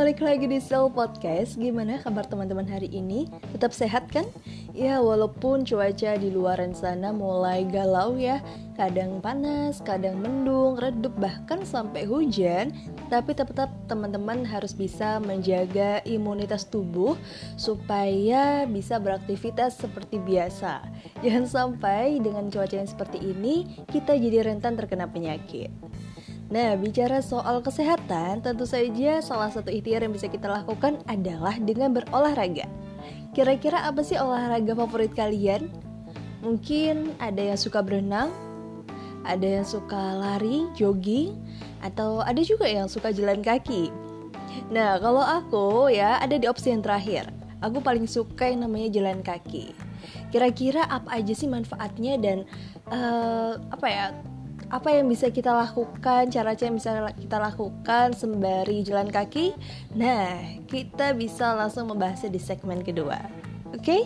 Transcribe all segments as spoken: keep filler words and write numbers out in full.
balik lagi di Sel Podcast. Gimana kabar teman-teman hari ini? Tetap sehat kan? Ya, walaupun cuaca di luaran sana mulai galau ya, kadang panas, kadang mendung, redup, bahkan sampai hujan, tapi tetap teman-teman harus bisa menjaga imunitas tubuh supaya bisa beraktivitas seperti biasa. Jangan sampai dengan cuaca yang seperti ini kita jadi rentan terkena penyakit. Nah, bicara soal kesehatan, tentu saja salah satu ikhtiar yang bisa kita lakukan adalah dengan berolahraga. Kira-kira apa sih olahraga favorit kalian? Mungkin ada yang suka berenang, ada yang suka lari, jogging, atau ada juga yang suka jalan kaki. Nah, kalau aku ya ada di opsi yang terakhir. Aku paling suka yang namanya jalan kaki. Kira-kira apa aja sih manfaatnya dan uh, apa ya? Apa yang bisa kita lakukan, cara-cara yang bisa kita lakukan sembari jalan kaki? Nah, kita bisa langsung membahasnya di segmen kedua. Oke? Okay?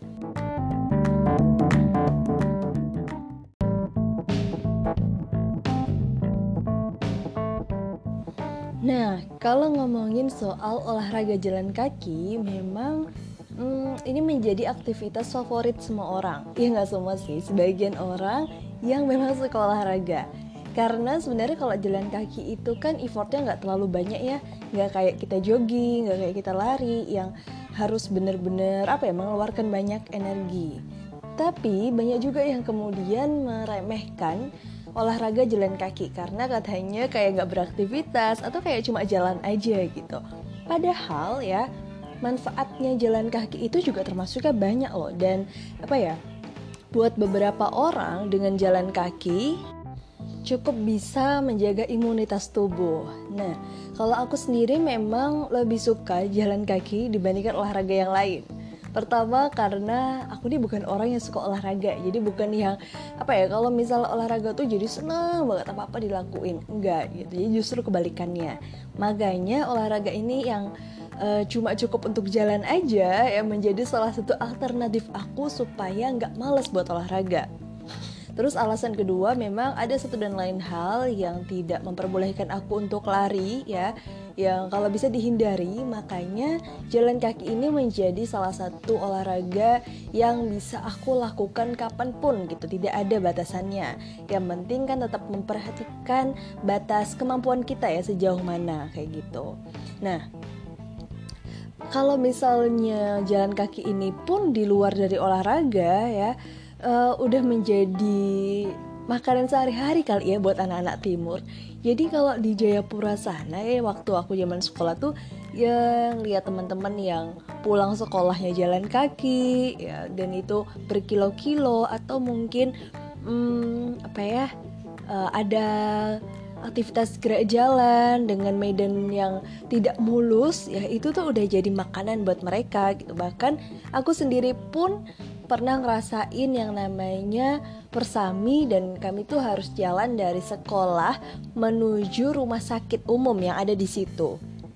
Nah, kalau ngomongin soal olahraga jalan kaki, memang Hmm, ini menjadi aktivitas favorit semua orang. Ya nggak semua sih, sebagian orang yang memang suka olahraga. Karena sebenarnya kalau jalan kaki itu kan effortnya nggak terlalu banyak ya, nggak kayak kita jogging, nggak kayak kita lari yang harus bener-bener apa ya mengeluarkan banyak energi. Tapi banyak juga yang kemudian meremehkan olahraga jalan kaki karena katanya kayak nggak beraktivitas atau kayak cuma jalan aja gitu. Padahal ya manfaatnya jalan kaki itu juga termasuknya banyak loh. Dan apa ya, buat beberapa orang dengan jalan kaki cukup bisa menjaga imunitas tubuh. Nah, kalau aku sendiri memang lebih suka jalan kaki dibandingkan olahraga yang lain. Pertama karena aku ini bukan orang yang suka olahraga. Jadi bukan yang apa ya, kalau misalnya olahraga tuh jadi seneng banget apa-apa dilakuin. Enggak gitu, jadi justru kebalikannya. Makanya olahraga ini yang Uh, cuma cukup untuk jalan aja yang menjadi salah satu alternatif aku supaya nggak malas buat olahraga. Terus alasan kedua memang ada satu dan lain hal yang tidak memperbolehkan aku untuk lari ya, yang kalau bisa dihindari. Makanya jalan kaki ini menjadi salah satu olahraga yang bisa aku lakukan kapanpun gitu, tidak ada batasannya. Yang penting kan tetap memperhatikan batas kemampuan kita ya sejauh mana kayak gitu. Nah, kalau misalnya jalan kaki ini pun di luar dari olahraga ya, uh, udah menjadi makanan sehari-hari kali ya buat anak-anak timur. Jadi kalau di Jayapura sana ya, waktu aku zaman sekolah tuh yang lihat teman-teman yang pulang sekolahnya jalan kaki ya, dan itu berkilo-kilo atau mungkin hmm, apa ya, uh, ada aktivitas gerak jalan dengan medan yang tidak mulus ya, itu tuh udah jadi makanan buat mereka gitu. Bahkan aku sendiri pun pernah ngerasain yang namanya persami, dan kami tuh harus jalan dari sekolah menuju rumah sakit umum yang ada di situ.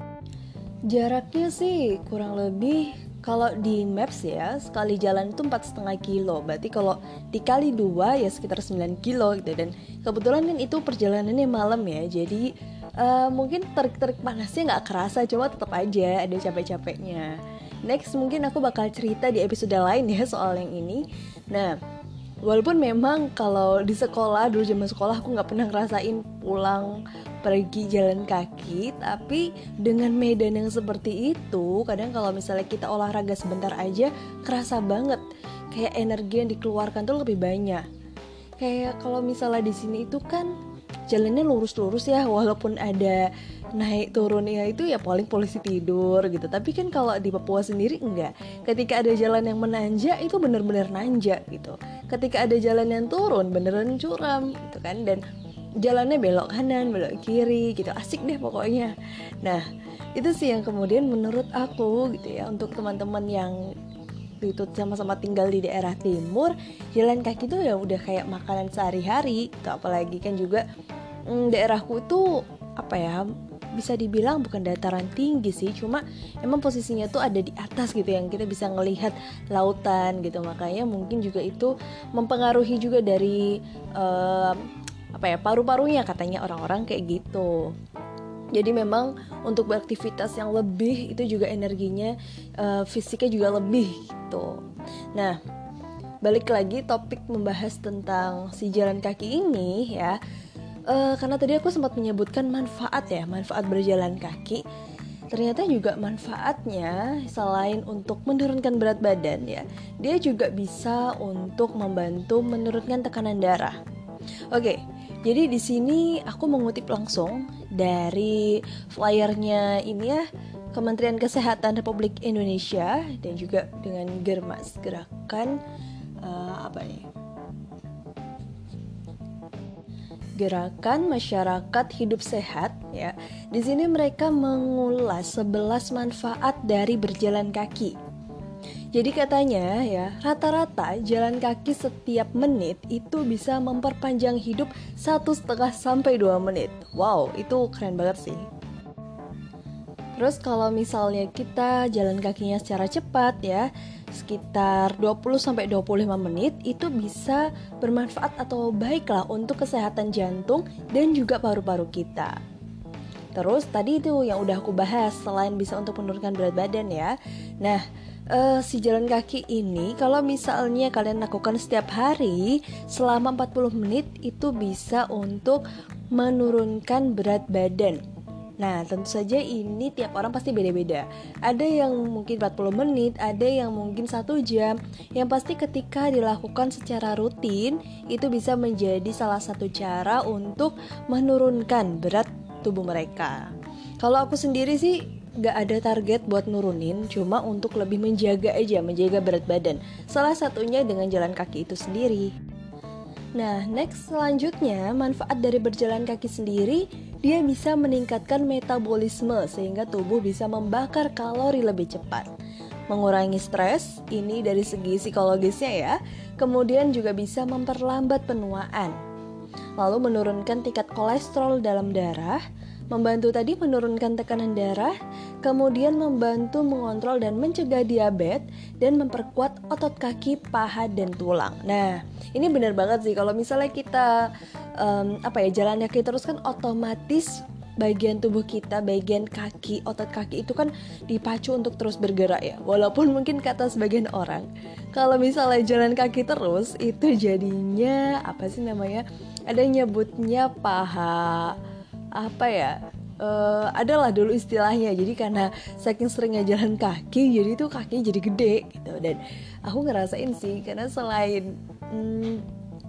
Jaraknya sih kurang lebih, kalau di Maps ya, sekali jalan itu empat koma lima kilo. Berarti kalau dikali dua ya sekitar sembilan kilo gitu. Dan kebetulan kan itu perjalanannya malam ya. Jadi uh, mungkin terik-terik panasnya gak kerasa, cuma tetap aja ada capek-capeknya. Next mungkin aku bakal cerita di episode lain ya soal yang ini. Nah, walaupun memang kalau di sekolah, dulu zaman sekolah aku gak pernah ngerasain pulang pergi jalan kaki, tapi dengan medan yang seperti itu, kadang kalau misalnya kita olahraga sebentar aja kerasa banget kayak energi yang dikeluarkan tuh lebih banyak. Kayak kalau misalnya di sini itu kan jalannya lurus-lurus ya, walaupun ada naik turunnya itu ya paling polisi tidur gitu. Tapi kan kalau di Papua sendiri enggak. Ketika ada jalan yang menanjak itu bener-bener nanjak gitu. Ketika ada jalan yang turun beneran curam gitu kan, dan jalannya belok kanan, belok kiri gitu, asik deh pokoknya. Nah, itu sih yang kemudian menurut aku gitu ya, untuk teman-teman yang itu sama-sama tinggal di daerah timur, jalan kaki itu ya udah kayak makanan sehari-hari gitu. Apalagi kan juga mm, daerahku itu apa ya, bisa dibilang bukan dataran tinggi sih, cuma emang posisinya tuh ada di atas gitu, yang kita bisa ngelihat lautan gitu. Makanya mungkin juga itu mempengaruhi juga dari uh, apa ya, paru-parunya katanya orang-orang kayak gitu. Jadi memang untuk beraktivitas yang lebih itu juga energinya, uh, fisiknya juga lebih gitu. Nah, balik lagi topik membahas tentang si jalan kaki ini ya. Uh, karena tadi aku sempat menyebutkan manfaat ya, manfaat berjalan kaki. Ternyata juga manfaatnya selain untuk menurunkan berat badan ya, dia juga bisa untuk membantu menurunkan tekanan darah. Oke, jadi di sini aku mengutip langsung dari flyernya ini ya, Kementerian Kesehatan Republik Indonesia dan juga dengan Germas, gerakan uh, apa nih? Gerakan Masyarakat Hidup Sehat ya. Di sini mereka mengulas sebelas manfaat dari berjalan kaki. Jadi katanya ya, rata-rata jalan kaki setiap menit itu bisa memperpanjang hidup satu setengah sampai dua menit. Wow, itu keren banget sih. Terus kalau misalnya kita jalan kakinya secara cepat ya, sekitar dua puluh sampai dua puluh lima menit, itu bisa bermanfaat atau baiklah untuk kesehatan jantung dan juga paru-paru kita. Terus tadi itu yang udah aku bahas, selain bisa untuk menurunkan berat badan ya. Nah, uh, si jalan kaki ini kalau misalnya kalian lakukan setiap hari selama empat puluh menit, itu bisa untuk menurunkan berat badan. Nah, tentu saja ini tiap orang pasti beda-beda. Ada yang mungkin empat puluh menit, ada yang mungkin satu jam. Yang pasti ketika dilakukan secara rutin, itu bisa menjadi salah satu cara untuk menurunkan berat tubuh mereka. Kalau aku sendiri sih gak ada target buat nurunin, cuma untuk lebih menjaga aja, menjaga berat badan. Salah satunya dengan jalan kaki itu sendiri. Nah, next selanjutnya, manfaat dari berjalan kaki sendiri, dia bisa meningkatkan metabolisme sehingga tubuh bisa membakar kalori lebih cepat. Mengurangi stres, ini dari segi psikologisnya ya. Kemudian juga bisa memperlambat penuaan. Lalu menurunkan tingkat kolesterol dalam darah, membantu tadi menurunkan tekanan darah, kemudian membantu mengontrol dan mencegah diabetes, dan memperkuat otot kaki, paha, dan tulang. Nah, ini benar banget sih kalau misalnya kita um, apa ya jalan kaki terus kan otomatis bagian tubuh kita, bagian kaki, otot kaki itu kan dipacu untuk terus bergerak ya. Walaupun mungkin kata sebagian orang, kalau misalnya jalan kaki terus itu jadinya apa sih namanya? Ada nyebutnya paha apa ya, uh, adalah dulu istilahnya. Jadi karena saking seringnya jalan kaki, jadi tuh kakinya jadi gede gitu. Dan aku ngerasain sih, karena selain hmm,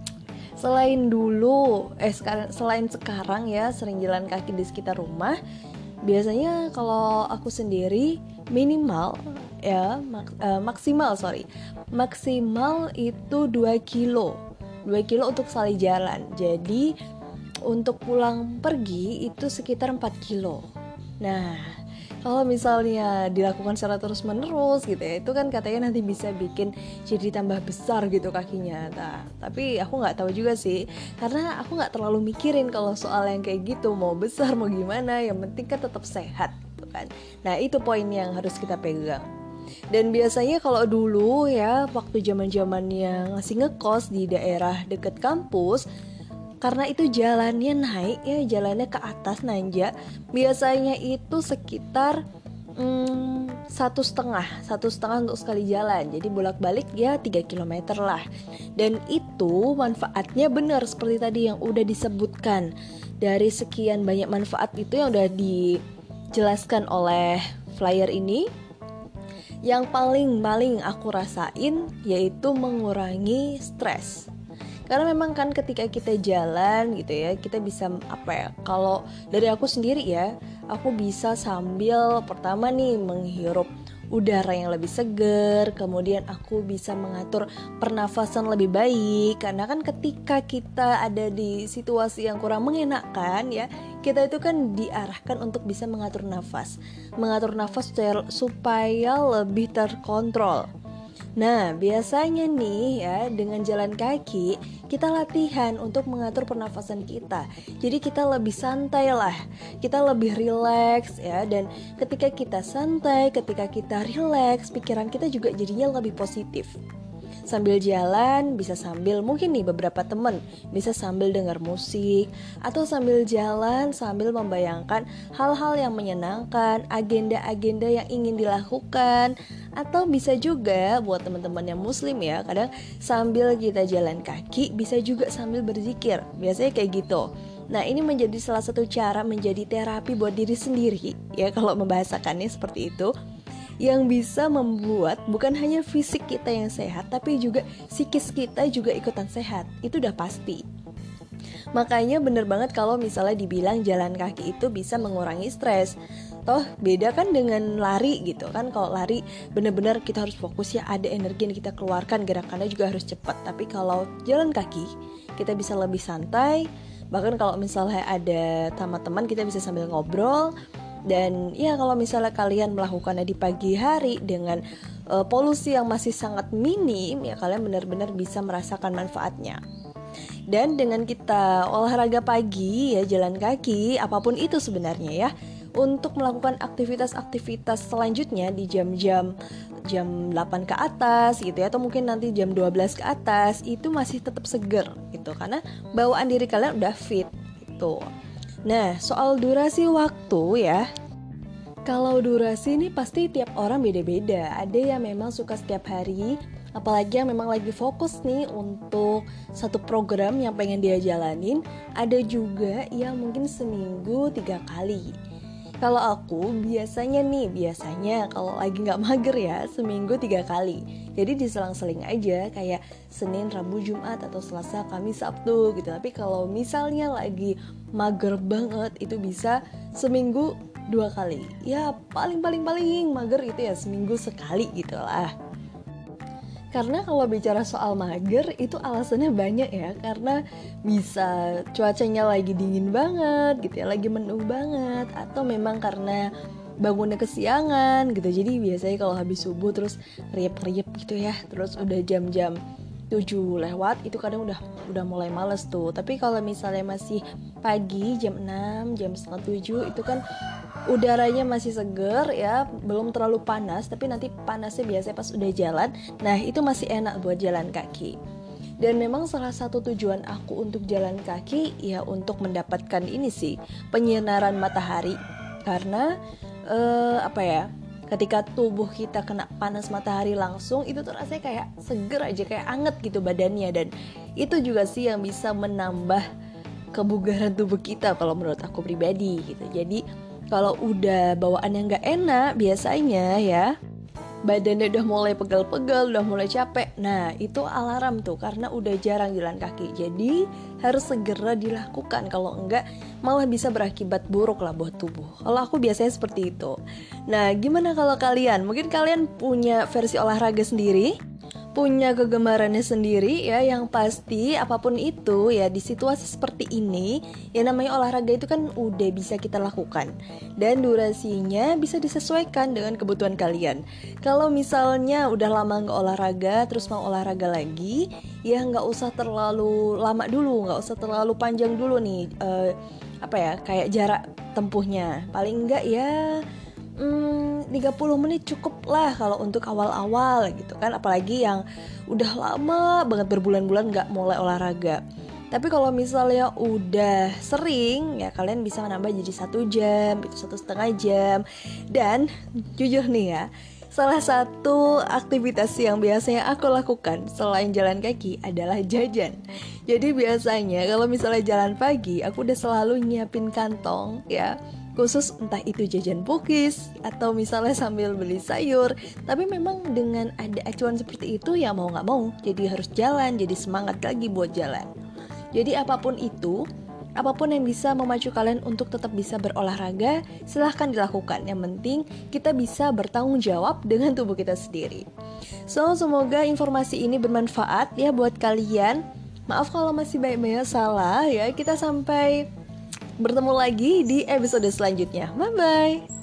selain dulu eh sekarang selain sekarang ya sering jalan kaki di sekitar rumah, biasanya kalau aku sendiri minimal ya mak, uh, maksimal sorry maksimal itu dua kilo dua kilo untuk sekali jalan. Jadi untuk pulang pergi itu sekitar empat kilo. Nah, kalau misalnya dilakukan secara terus menerus gitu ya, itu kan katanya nanti bisa bikin jadi tambah besar gitu kakinya. Nah, tapi aku gak tahu juga sih, karena aku gak terlalu mikirin kalau soal yang kayak gitu, mau besar mau gimana, yang penting kan tetap sehat gitu kan. Nah, itu poin yang harus kita pegang. Dan biasanya kalau dulu ya, waktu zaman-zamannya masih ngekos di daerah deket kampus, karena itu jalannya naik ya, jalannya ke atas nanjak, biasanya itu sekitar hmm, satu setengah satu setengah untuk sekali jalan. Jadi bolak-balik ya tiga kilometer lah. Dan itu manfaatnya benar seperti tadi yang udah disebutkan. Dari sekian banyak manfaat itu yang udah dijelaskan oleh flyer ini, yang paling-paling aku rasain yaitu mengurangi stres. Karena memang kan ketika kita jalan gitu ya, kita bisa apa ya, kalau dari aku sendiri ya, aku bisa sambil pertama nih menghirup udara yang lebih segar, kemudian aku bisa mengatur pernafasan lebih baik. Karena kan ketika kita ada di situasi yang kurang mengenakan ya, kita itu kan diarahkan untuk bisa mengatur nafas, mengatur nafas supaya lebih terkontrol. Nah, biasanya nih ya, dengan jalan kaki kita latihan untuk mengatur pernafasan kita. Jadi kita lebih santai lah, kita lebih rileks ya. Dan ketika kita santai, ketika kita rileks, pikiran kita juga jadinya lebih positif. Sambil jalan bisa sambil mungkin nih beberapa temen bisa sambil dengar musik, atau sambil jalan sambil membayangkan hal-hal yang menyenangkan, agenda-agenda yang ingin dilakukan. Atau bisa juga buat teman-teman yang muslim ya, kadang sambil kita jalan kaki bisa juga sambil berzikir, biasanya kayak gitu. Nah, ini menjadi salah satu cara menjadi terapi buat diri sendiri ya, kalau membahasakannya seperti itu, yang bisa membuat bukan hanya fisik kita yang sehat, tapi juga psikis kita juga ikutan sehat. Itu udah pasti. Makanya bener banget kalau misalnya dibilang jalan kaki itu bisa mengurangi stres. Toh beda kan dengan lari gitu kan. Kalau lari bener-bener kita harus fokus ya, ada energi yang kita keluarkan, gerakannya juga harus cepat. Tapi kalau jalan kaki kita bisa lebih santai. Bahkan kalau misalnya ada sama teman kita bisa sambil ngobrol. Dan ya kalau misalnya kalian melakukannya di pagi hari dengan uh, polusi yang masih sangat minim, ya kalian benar-benar bisa merasakan manfaatnya. Dan dengan kita olahraga pagi ya, jalan kaki, apapun itu sebenarnya ya, untuk melakukan aktivitas-aktivitas selanjutnya di jam-jam jam delapan ke atas gitu ya, atau mungkin nanti jam dua belas ke atas, itu masih tetap seger gitu, karena bawaan diri kalian udah fit gitu. Nah, soal durasi waktu ya, kalau durasi ini pasti tiap orang beda-beda. Ada yang memang suka setiap hari, apalagi yang memang lagi fokus nih untuk satu program yang pengen dia jalanin. Ada juga yang mungkin seminggu tiga kali. Kalau aku biasanya nih, biasanya kalau lagi gak mager ya, seminggu tiga kali. Jadi diselang-seling aja, kayak Senin, Rabu, Jumat, atau Selasa, Kamis, Sabtu gitu. Tapi kalau misalnya lagi mager banget, itu bisa seminggu dua kali. Ya paling-paling-paling mager itu ya seminggu sekali gitu lah. Karena kalau bicara soal mager itu alasannya banyak ya. Karena bisa cuacanya lagi dingin banget gitu ya, lagi mendung banget, atau memang karena bangunnya kesiangan gitu. Jadi biasanya kalau habis subuh terus riep-riep gitu ya, terus udah jam-jam tujuh lewat, itu kadang udah udah mulai males tuh. Tapi kalau misalnya masih pagi jam enam, jam setengah tujuh, itu kan udaranya masih seger ya, belum terlalu panas, tapi nanti panasnya biasanya pas udah jalan. Nah, itu masih enak buat jalan kaki. Dan memang salah satu tujuan aku untuk jalan kaki ya untuk mendapatkan ini sih, penyinaran matahari. Karena eh, apa ya, ketika tubuh kita kena panas matahari langsung, itu tuh rasanya kayak seger aja, kayak anget gitu badannya. Dan itu juga sih yang bisa menambah kebugaran tubuh kita kalau menurut aku pribadi gitu. Jadi kalau udah bawaannya nggak enak biasanya ya, badannya udah mulai pegal-pegal, udah mulai capek. Nah, itu alarm tuh, karena udah jarang jalan kaki. Jadi harus segera dilakukan, kalau enggak malah bisa berakibat buruk lah buat tubuh. Kalau aku biasanya seperti itu. Nah, gimana kalau kalian? Mungkin kalian punya versi olahraga sendiri, punya kegemarannya sendiri ya. Yang pasti apapun itu ya, di situasi seperti ini ya, namanya olahraga itu kan udah bisa kita lakukan, dan durasinya bisa disesuaikan dengan kebutuhan kalian. Kalau misalnya udah lama gak olahraga terus mau olahraga lagi, ya gak usah terlalu lama dulu, gak usah terlalu panjang dulu nih uh, apa ya, kayak jarak tempuhnya. Paling enggak ya Hmm, tiga puluh menit cukup lah kalau untuk awal-awal gitu kan. Apalagi yang udah lama banget berbulan-bulan gak mulai olahraga. Tapi kalau misalnya udah sering ya, kalian bisa menambah jadi satu jam, itu satu setengah jam. Dan jujur nih ya, salah satu aktivitas yang biasanya aku lakukan selain jalan kaki adalah jajan. Jadi biasanya kalau misalnya jalan pagi, aku udah selalu nyiapin kantong ya, khusus entah itu jajan pukis atau misalnya sambil beli sayur. Tapi memang dengan ada acuan seperti itu ya mau gak mau jadi harus jalan, jadi semangat lagi buat jalan. Jadi apapun itu, apapun yang bisa memacu kalian untuk tetap bisa berolahraga, silahkan dilakukan. Yang penting kita bisa bertanggung jawab dengan tubuh kita sendiri. So, semoga informasi ini bermanfaat ya buat kalian. Maaf kalau masih banyak-banyak salah ya. Kita sampai bertemu lagi di episode selanjutnya. Bye-bye.